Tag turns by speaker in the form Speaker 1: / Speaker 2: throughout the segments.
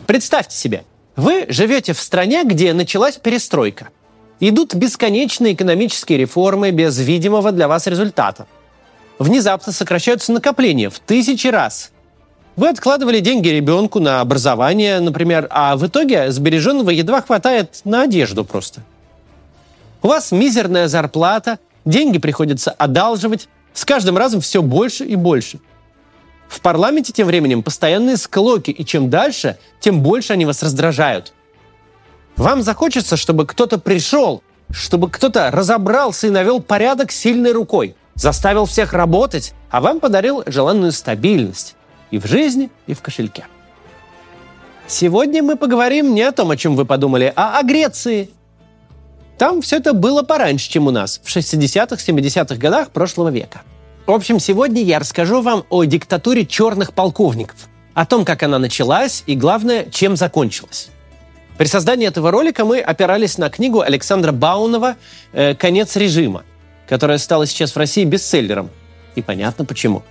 Speaker 1: Представьте себе, вы живете в стране, где началась перестройка. Идут бесконечные экономические реформы без видимого для вас результата. Внезапно сокращаются накопления в 1000 раз. Вы откладывали деньги ребенку на образование, например, а в итоге сбереженного едва хватает на одежду просто. У вас мизерная зарплата, деньги приходится одалживать, с каждым разом все больше и больше. В парламенте тем временем постоянные склоки, и чем дальше, тем больше они вас раздражают. Вам захочется, чтобы кто-то пришел, чтобы кто-то разобрался и навел порядок сильной рукой, заставил всех работать, а вам подарил желанную стабильность и в жизни, и в кошельке. Сегодня мы поговорим не о том, о чем вы подумали, а о Греции. Там все это было пораньше, чем у нас, в 60-х, 70-х годах прошлого века. В общем, сегодня я расскажу вам о диктатуре черных полковников, о том, как она началась и, главное, чем закончилась. При создании этого ролика мы опирались на книгу Александра Баунова «Конец режима», которая стала сейчас в России бестселлером. И понятно почему.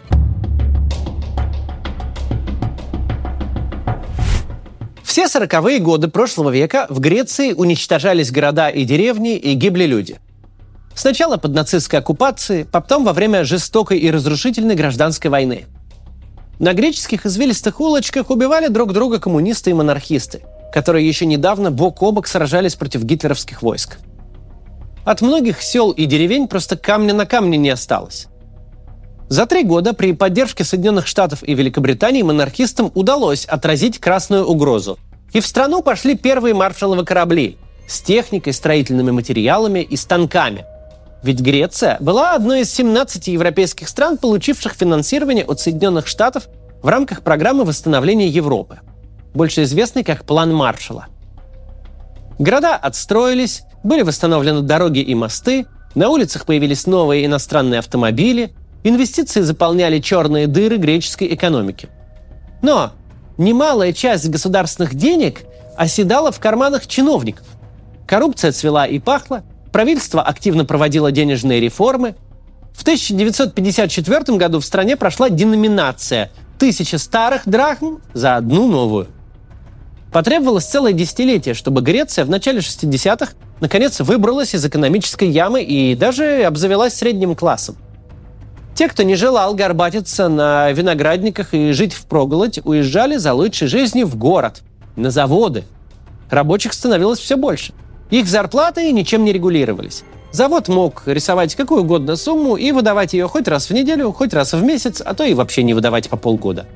Speaker 1: Все 40-е годы прошлого века в Греции уничтожались города и деревни, и гибли люди. Сначала под нацистской оккупацией, потом во время жестокой и разрушительной гражданской войны. На греческих извилистых улочках убивали друг друга коммунисты и монархисты, которые еще недавно бок о бок сражались против гитлеровских войск. От многих сел и деревень просто камня на камне не осталось. За 3 года при поддержке Соединенных Штатов и Великобритании монархистам удалось отразить красную угрозу. И в страну пошли первые маршалловы корабли с техникой, строительными материалами и станками. Ведь Греция была одной из 17 европейских стран, получивших финансирование от Соединенных Штатов в рамках программы восстановления Европы, больше известной как План Маршалла. Города отстроились, были восстановлены дороги и мосты, на улицах появились новые иностранные автомобили, инвестиции заполняли черные дыры греческой экономики. Но немалая часть государственных денег оседала в карманах чиновников. Коррупция цвела и пахла, правительство активно проводило денежные реформы. В 1954 году в стране прошла деноминация – 1000 старых драхм за одну новую. Потребовалось целое десятилетие, чтобы Греция в начале 60-х наконец выбралась из экономической ямы и даже обзавелась средним классом. Те, кто не желал горбатиться на виноградниках и жить впроголодь, уезжали за лучшей жизнью в город, на заводы. Рабочих становилось все больше. Их зарплаты ничем не регулировались. Завод мог рисовать какую угодно сумму и выдавать ее хоть раз в неделю, хоть раз в месяц, а то и вообще не выдавать по полгода.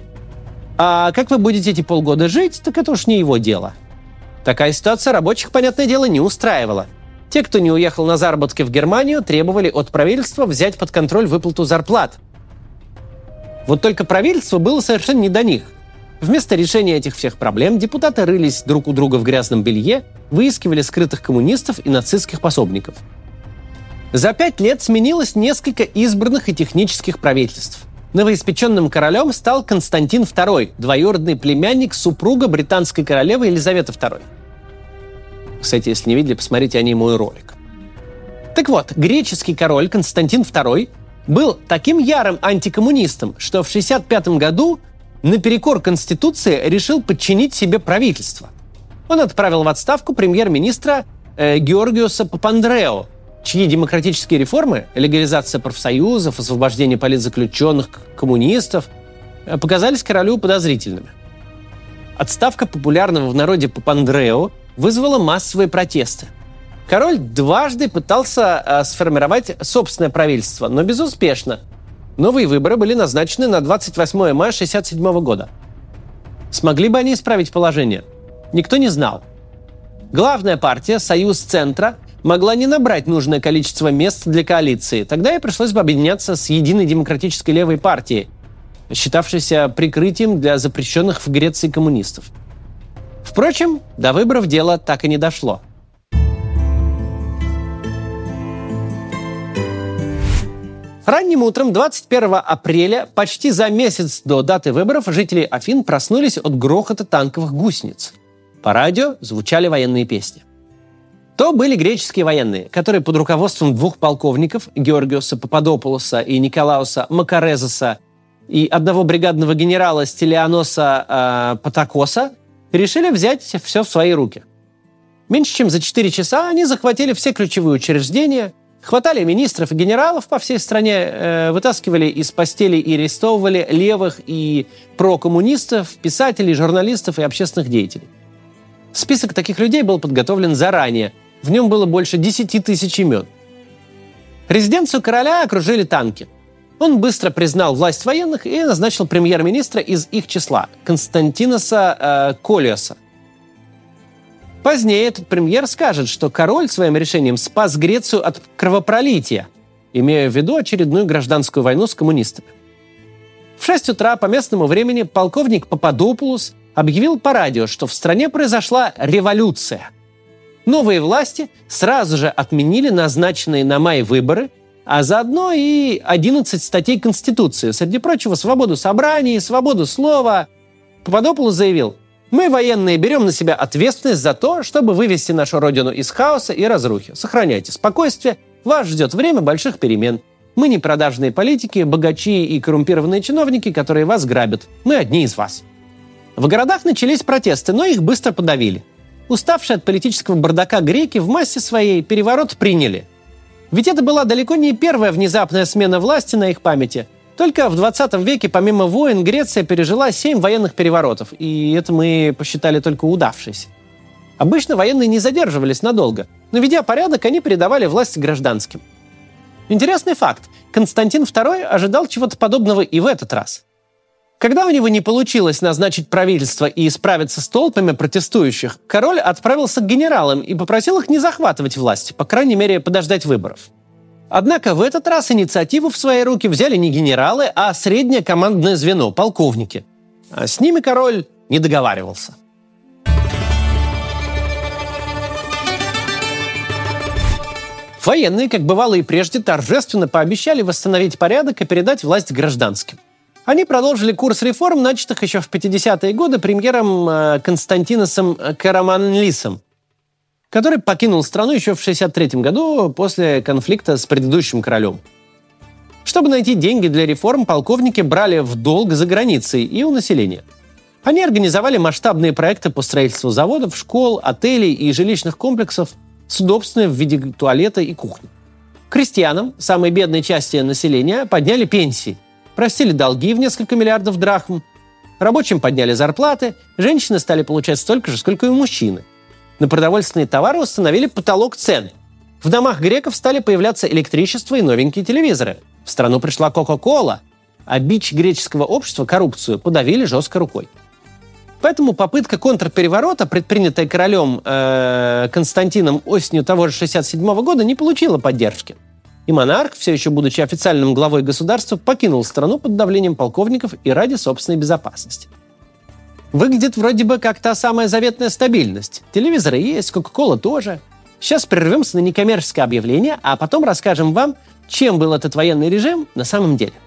Speaker 1: А как вы будете эти полгода жить, так это уж не его дело. Такая ситуация рабочих, понятное дело, не устраивала. Те, кто не уехал на заработки в Германию, требовали от правительства взять под контроль выплату зарплат. Вот только правительству было совершенно не до них. Вместо решения этих всех проблем депутаты рылись друг у друга в грязном белье, выискивали скрытых коммунистов и нацистских пособников. За 5 лет сменилось несколько избранных и технических правительств. Новоиспеченным королем стал Константин II, двоюродный племянник супруга британской королевы Елизаветы II. Кстати, если не видели, посмотрите о ней мой ролик. Так вот, греческий король Константин II был таким ярым антикоммунистом, что в 1965 году наперекор Конституции решил подчинить себе правительство. Он отправил в отставку премьер-министра Георгиоса Папандрео, чьи демократические реформы, легализация профсоюзов, освобождение политзаключенных, коммунистов, показались королю подозрительными. Отставка популярного в народе Папандрео вызвала массовые протесты. Король дважды пытался сформировать собственное правительство, но безуспешно. Новые выборы были назначены на 28 мая 1967 года. Смогли бы они исправить положение? Никто не знал. Главная партия, Союз Центра, могла не набрать нужное количество мест для коалиции. Тогда ей пришлось бы объединяться с Единой демократической левой партией, считавшейся прикрытием для запрещенных в Греции коммунистов. Впрочем, до выборов дело так и не дошло. Ранним утром 21 апреля, почти за месяц до даты выборов, жители Афин проснулись от грохота танковых гусениц. По радио звучали военные песни. То были греческие военные, которые под руководством 2 полковников, Георгиоса Пападополоса и Николауса Макарезоса, и одного бригадного генерала Стелианоса Патакоса, решили взять все в свои руки. Меньше чем за 4 часа они захватили все ключевые учреждения, хватали министров и генералов по всей стране, вытаскивали из постелей и арестовывали левых и прокоммунистов, писателей, журналистов и общественных деятелей. Список таких людей был подготовлен заранее. В нем было больше 10 тысяч имен. Резиденцию короля окружили танки. Он быстро признал власть военных и назначил премьер-министра из их числа – Константиноса Колиоса. Позднее этот премьер скажет, что король своим решением спас Грецию от кровопролития, имея в виду очередную гражданскую войну с коммунистами. В 6 утра по местному времени полковник Пападопулос объявил по радио, что в стране произошла революция. Новые власти сразу же отменили назначенные на май выборы, а заодно и 11 статей Конституции, среди прочего, свободу собраний, свободу слова. Пападопулос заявил: «Мы, военные, берем на себя ответственность за то, чтобы вывести нашу родину из хаоса и разрухи. Сохраняйте спокойствие, вас ждет время больших перемен. Мы не продажные политики, богачи и коррумпированные чиновники, которые вас грабят. Мы одни из вас». В городах начались протесты, но их быстро подавили. Уставшие от политического бардака греки в массе своей переворот приняли. Ведь это была далеко не первая внезапная смена власти на их памяти. Только в 20 веке, помимо войн, Греция пережила 7 военных переворотов, и это мы посчитали только удавшиеся. Обычно военные не задерживались надолго, но, ведя порядок, они передавали власть гражданским. Интересный факт. Константин II ожидал чего-то подобного и в этот раз. Когда у него не получилось назначить правительство и справиться с толпами протестующих, король отправился к генералам и попросил их не захватывать власть, по крайней мере, подождать выборов. Однако в этот раз инициативу в свои руки взяли не генералы, а среднее командное звено – полковники. А с ними король не договаривался. Военные, как бывало и прежде, торжественно пообещали восстановить порядок и передать власть гражданским. Они продолжили курс реформ, начатых еще в 50-е годы премьером Константиносом Караманлисом, который покинул страну еще в 1963 году после конфликта с предыдущим королем. Чтобы найти деньги для реформ, полковники брали в долг за границей и у населения. Они организовали масштабные проекты по строительству заводов, школ, отелей и жилищных комплексов с удобствами в виде туалета и кухни. Крестьянам, самой бедной части населения, подняли пенсии, простили долги в несколько миллиардов драхм, рабочим подняли зарплаты, женщины стали получать столько же, сколько и мужчины. На продовольственные товары установили потолок цен. В домах греков стали появляться электричество и новенькие телевизоры. В страну пришла Кока-Кола, а бич греческого общества – коррупцию – подавили жесткой рукой. Поэтому попытка контрпереворота, предпринятая королем Константином осенью того же 1967 года, не получила поддержки. И монарх, все еще будучи официальным главой государства, покинул страну под давлением полковников и ради собственной безопасности. Выглядит вроде бы как та самая заветная стабильность. Телевизоры есть, Кока-Кола тоже. Сейчас прервемся на некоммерческое объявление, а потом расскажем вам, чем был этот военный режим на самом деле.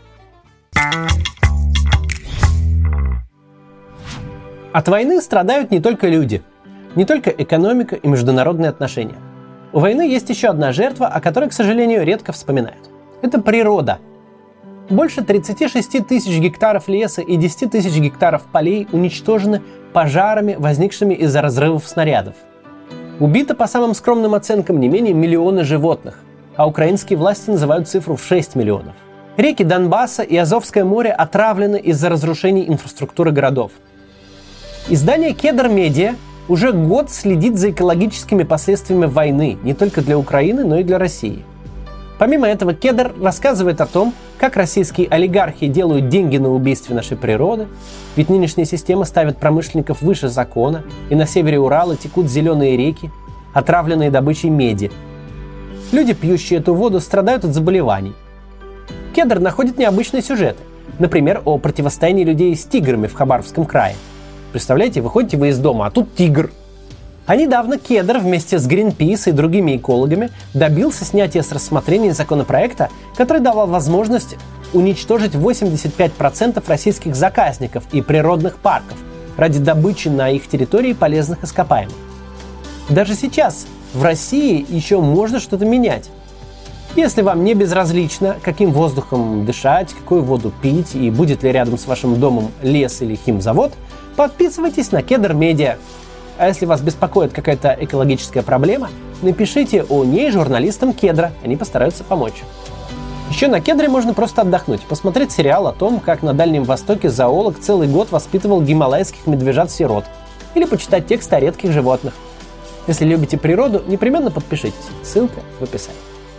Speaker 1: От войны страдают не только люди, не только экономика и международные отношения. У войны есть еще одна жертва, о которой, к сожалению, редко вспоминают. Это природа. Больше 36 тысяч гектаров леса и 10 тысяч гектаров полей уничтожены пожарами, возникшими из-за разрывов снарядов. Убито, по самым скромным оценкам, не менее миллиона животных, а украинские власти называют цифру в 6 миллионов. Реки Донбасса и Азовское море отравлены из-за разрушений инфраструктуры городов. Издание «Кедр Медиа» уже год следит за экологическими последствиями войны не только для Украины, но и для России. Помимо этого, Кедр рассказывает о том, как российские олигархи делают деньги на убийстве нашей природы, ведь нынешняя система ставит промышленников выше закона, и на севере Урала текут зеленые реки, отравленные добычей меди. Люди, пьющие эту воду, страдают от заболеваний. Кедр находит необычные сюжеты, например, о противостоянии людей с тиграми в Хабаровском крае. Представляете, выходите вы из дома, а тут тигр. А недавно Кедр вместе с Greenpeace и другими экологами добился снятия с рассмотрения законопроекта, который давал возможность уничтожить 85% российских заказников и природных парков ради добычи на их территории полезных ископаемых. Даже сейчас в России еще можно что-то менять. Если вам не безразлично, каким воздухом дышать, какую воду пить и будет ли рядом с вашим домом лес или химзавод, Подписывайтесь на Кедр Медиа. А если вас беспокоит какая-то экологическая проблема, напишите о ней журналистам Кедра, они постараются помочь. Еще на Кедре можно просто отдохнуть, посмотреть сериал о том, как на Дальнем Востоке зоолог целый год воспитывал гималайских медвежат-сирот, или почитать текст о редких животных. Если любите природу, непременно подпишитесь. Ссылка в описании.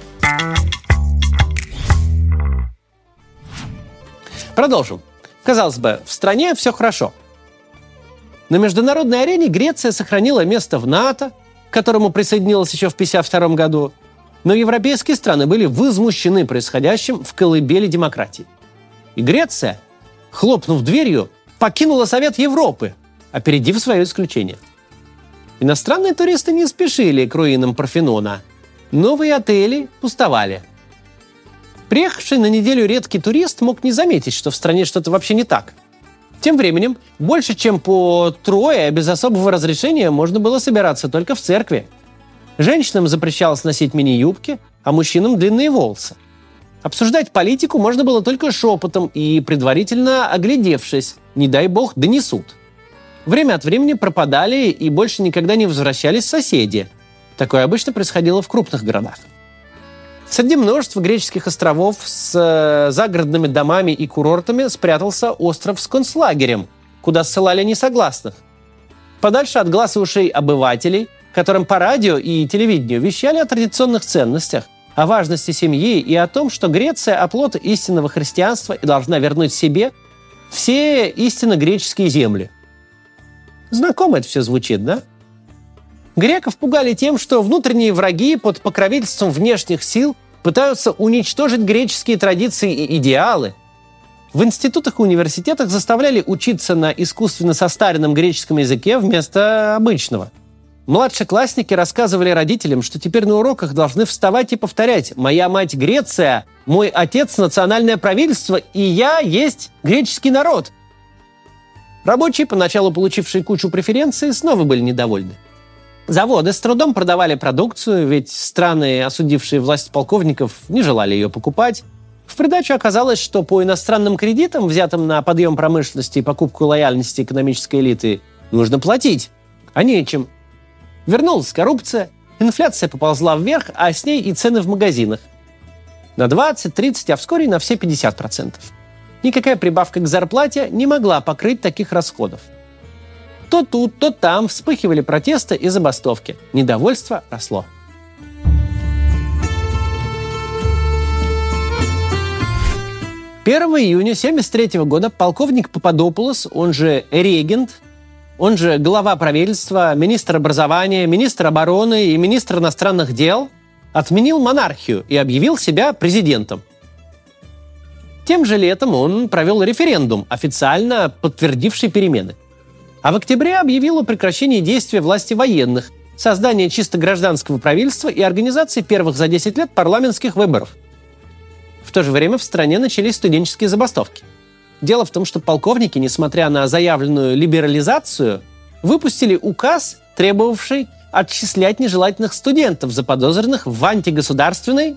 Speaker 1: Продолжим. Казалось бы, в стране все хорошо. На международной арене Греция сохранила место в НАТО, к которому присоединилась еще в 1952 году, но европейские страны были возмущены происходящим в колыбели демократии. И Греция, хлопнув дверью, покинула Совет Европы, опередив свое исключение. Иностранные туристы не спешили к руинам Парфенона. Новые отели пустовали. Приехавший на неделю редкий турист мог не заметить, что в стране что-то вообще не так. Тем временем, больше чем по трое без особого разрешения можно было собираться только в церкви. Женщинам запрещалось носить мини-юбки, а мужчинам длинные волосы. Обсуждать политику можно было только шепотом и предварительно оглядевшись, не дай бог донесут. Время от времени пропадали и больше никогда не возвращались соседи. Такое обычно происходило в крупных городах. Среди множества греческих островов с загородными домами и курортами спрятался остров с концлагерем, куда ссылали несогласных. Подальше от глаз и ушей обывателей, которым по радио и телевидению вещали о традиционных ценностях, о важности семьи и о том, что Греция – оплот истинного христианства и должна вернуть себе все истинно греческие земли. Знакомо это все звучит, да? Греков пугали тем, что внутренние враги под покровительством внешних сил пытаются уничтожить греческие традиции и идеалы. В институтах и университетах заставляли учиться на искусственно состаренном греческом языке вместо обычного. Младшеклассники рассказывали родителям, что теперь на уроках должны вставать и повторять «Моя мать Греция, мой отец национальное правительство, и я есть греческий народ». Рабочие, поначалу получившие кучу преференций, снова были недовольны. Заводы с трудом продавали продукцию, ведь страны, осудившие власть полковников, не желали ее покупать. В придачу оказалось, что по иностранным кредитам, взятым на подъем промышленности и покупку лояльности экономической элиты, нужно платить, а нечем. Вернулась коррупция, инфляция поползла вверх, а с ней и цены в магазинах. На 20, 30, а вскоре и на все 50%. Никакая прибавка к зарплате не могла покрыть таких расходов. То тут, то там вспыхивали протесты и забастовки. Недовольство росло. Первого июня 1973 года полковник Пападопулос, он же регент, он же глава правительства, министр образования, министр обороны и министр иностранных дел, отменил монархию и объявил себя президентом. Тем же летом он провел референдум, официально подтвердивший перемены. А в октябре объявил о прекращении действия власти военных, создании чисто гражданского правительства и организации первых за 10 лет парламентских выборов. В то же время в стране начались студенческие забастовки. Дело в том, что полковники, несмотря на заявленную либерализацию, выпустили указ, требовавший отчислять нежелательных студентов, заподозренных в антигосударственной,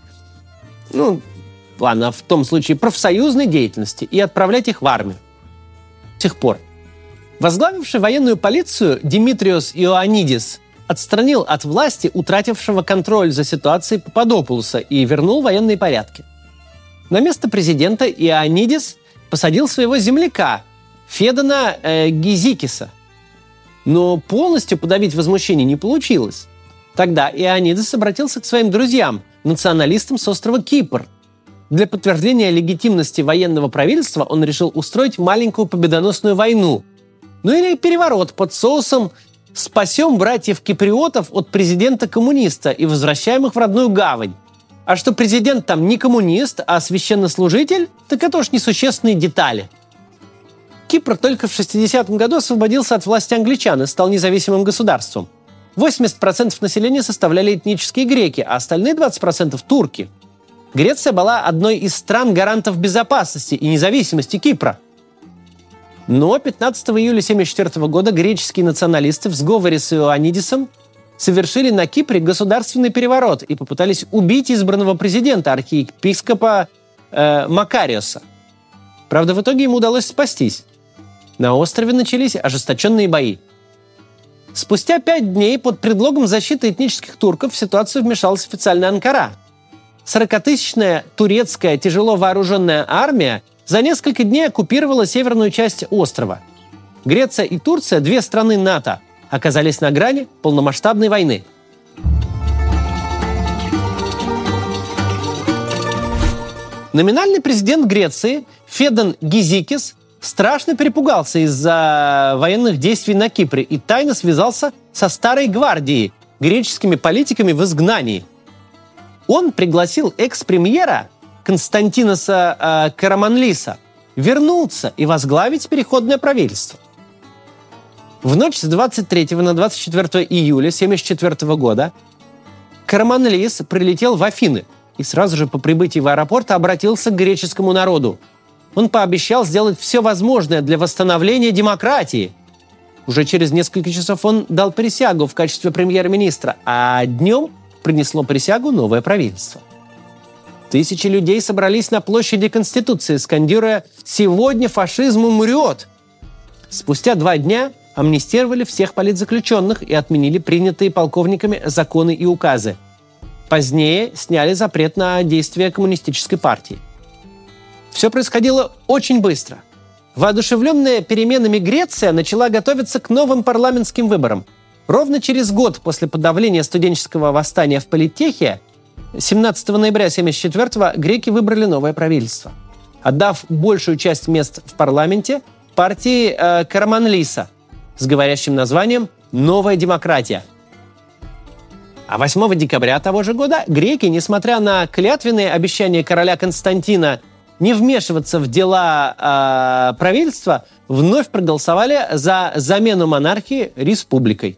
Speaker 1: в том случае профсоюзной деятельности, и отправлять их в армию. С тех пор возглавивший военную полицию Димитриос Иоаннидис отстранил от власти утратившего контроль за ситуацией Пападопулоса и вернул военные порядки. На место президента Иоаннидис посадил своего земляка Федона Гизикиса. Но полностью подавить возмущение не получилось. Тогда Иоаннидис обратился к своим друзьям, националистам с острова Кипр. Для подтверждения легитимности военного правительства он решил устроить маленькую победоносную войну. Или переворот под соусом «Спасем братьев-киприотов от президента-коммуниста и возвращаем их в родную гавань». А что президент там не коммунист, а священнослужитель, так это уж несущественные детали. Кипр только в 60-м году освободился от власти англичан и стал независимым государством. 80% населения составляли этнические греки, а остальные 20% – турки. Греция была одной из стран-гарантов безопасности и независимости Кипра. Но 15 июля 1974 года греческие националисты в сговоре с Иоаннидисом совершили на Кипре государственный переворот и попытались убить избранного президента, архиепископа Макариоса. Правда, в итоге ему удалось спастись. На острове начались ожесточенные бои. Спустя 5 дней под предлогом защиты этнических турков в ситуацию вмешалась официальная Анкара. 40-тысячная турецкая тяжело вооруженная армия за несколько дней оккупировала северную часть острова. Греция и Турция, 2 страны НАТО, оказались на грани полномасштабной войны. Номинальный президент Греции Федон Гизикис страшно перепугался из-за военных действий на Кипре и тайно связался со Старой гвардией, греческими политиками в изгнании. Он пригласил экс-премьера Константиноса Караманлиса вернуться и возглавить переходное правительство. В ночь с 23 на 24 июля 1974 года Караманлис прилетел в Афины и сразу же по прибытии в аэропорт обратился к греческому народу. Он пообещал сделать все возможное для восстановления демократии. Уже через несколько часов он дал присягу в качестве премьер-министра, а днем принесло присягу новое правительство. Тысячи людей собрались на площади Конституции, скандируя «Сегодня фашизм умрет!». Спустя 2 дня амнистировали всех политзаключенных и отменили принятые полковниками законы и указы. Позднее сняли запрет на действия коммунистической партии. Все происходило очень быстро. Воодушевленная переменами Греция начала готовиться к новым парламентским выборам. Ровно через год после подавления студенческого восстания в Политехе, 17 ноября 1974-го, греки выбрали новое правительство, отдав большую часть мест в парламенте партии Караманлиса с говорящим названием «Новая демократия». А 8 декабря того же года греки, несмотря на клятвенные обещания короля Константина не вмешиваться в дела правительства, вновь проголосовали за замену монархии республикой.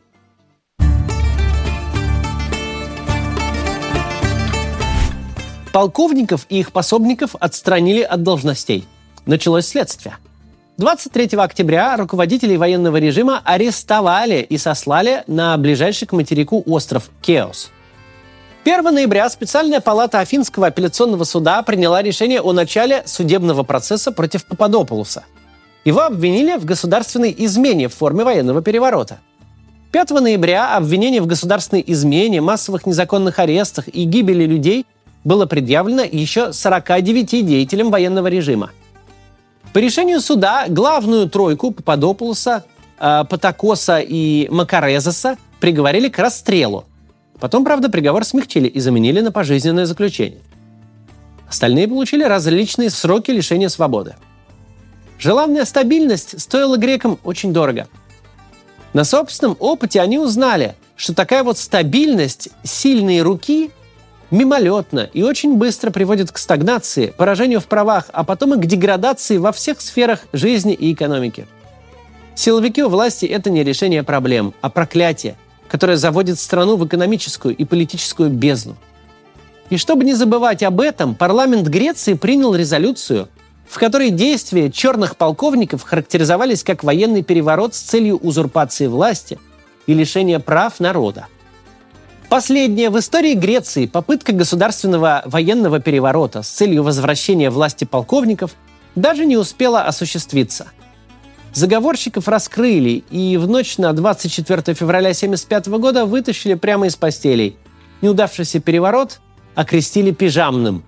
Speaker 1: Полковников и их пособников отстранили от должностей. Началось следствие. 23 октября руководителей военного режима арестовали и сослали на ближайший к материку остров Кеос. 1 ноября специальная палата Афинского апелляционного суда приняла решение о начале судебного процесса против Пападопулоса. Его обвинили в государственной измене в форме военного переворота. 5 ноября обвинение в государственной измене, массовых незаконных арестах и гибели людей было предъявлено еще 49 деятелям военного режима. По решению суда главную тройку Пападопулоса, Патакоса и Макарезоса приговорили к расстрелу. Потом, правда, приговор смягчили и заменили на пожизненное заключение. Остальные получили различные сроки лишения свободы. Желанная стабильность стоила грекам очень дорого. На собственном опыте они узнали, что такая вот стабильность сильной руки мимолетно и очень быстро приводит к стагнации, поражению в правах, а потом и к деградации во всех сферах жизни и экономики. Силовики у власти – это не решение проблем, а проклятие, которое заводит страну в экономическую и политическую бездну. И чтобы не забывать об этом, парламент Греции принял резолюцию, в которой действия черных полковников характеризовались как военный переворот с целью узурпации власти и лишения прав народа. Последняя в истории Греции попытка государственного военного переворота с целью возвращения власти полковников даже не успела осуществиться. Заговорщиков раскрыли и в ночь на 24 февраля 1975 года вытащили прямо из постелей. Неудавшийся переворот окрестили пижамным.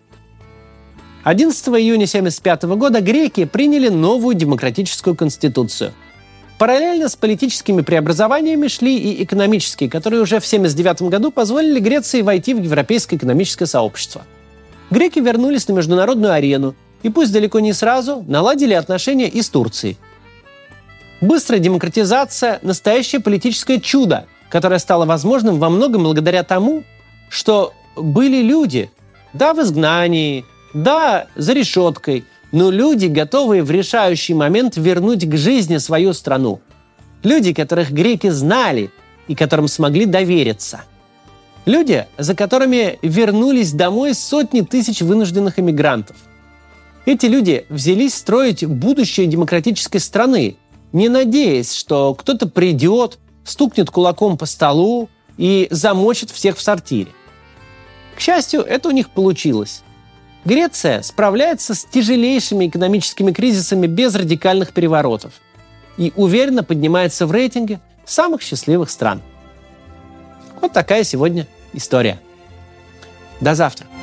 Speaker 1: 11 июня 1975 года греки приняли новую демократическую конституцию. Параллельно с политическими преобразованиями шли и экономические, которые уже в 1979 году позволили Греции войти в Европейское экономическое сообщество. Греки вернулись на международную арену и, пусть далеко не сразу, наладили отношения и с Турцией. Быстрая демократизация – настоящее политическое чудо, которое стало возможным во многом благодаря тому, что были люди, да, в изгнании, да, за решеткой, но люди, готовые в решающий момент вернуть к жизни свою страну. Люди, которых греки знали и которым смогли довериться. Люди, за которыми вернулись домой сотни тысяч вынужденных эмигрантов. Эти люди взялись строить будущее демократической страны, не надеясь, что кто-то придет, стукнет кулаком по столу и замочит всех в сортире. К счастью, это у них получилось. Греция справляется с тяжелейшими экономическими кризисами без радикальных переворотов и уверенно поднимается в рейтинге самых счастливых стран. Вот такая сегодня история. До завтра.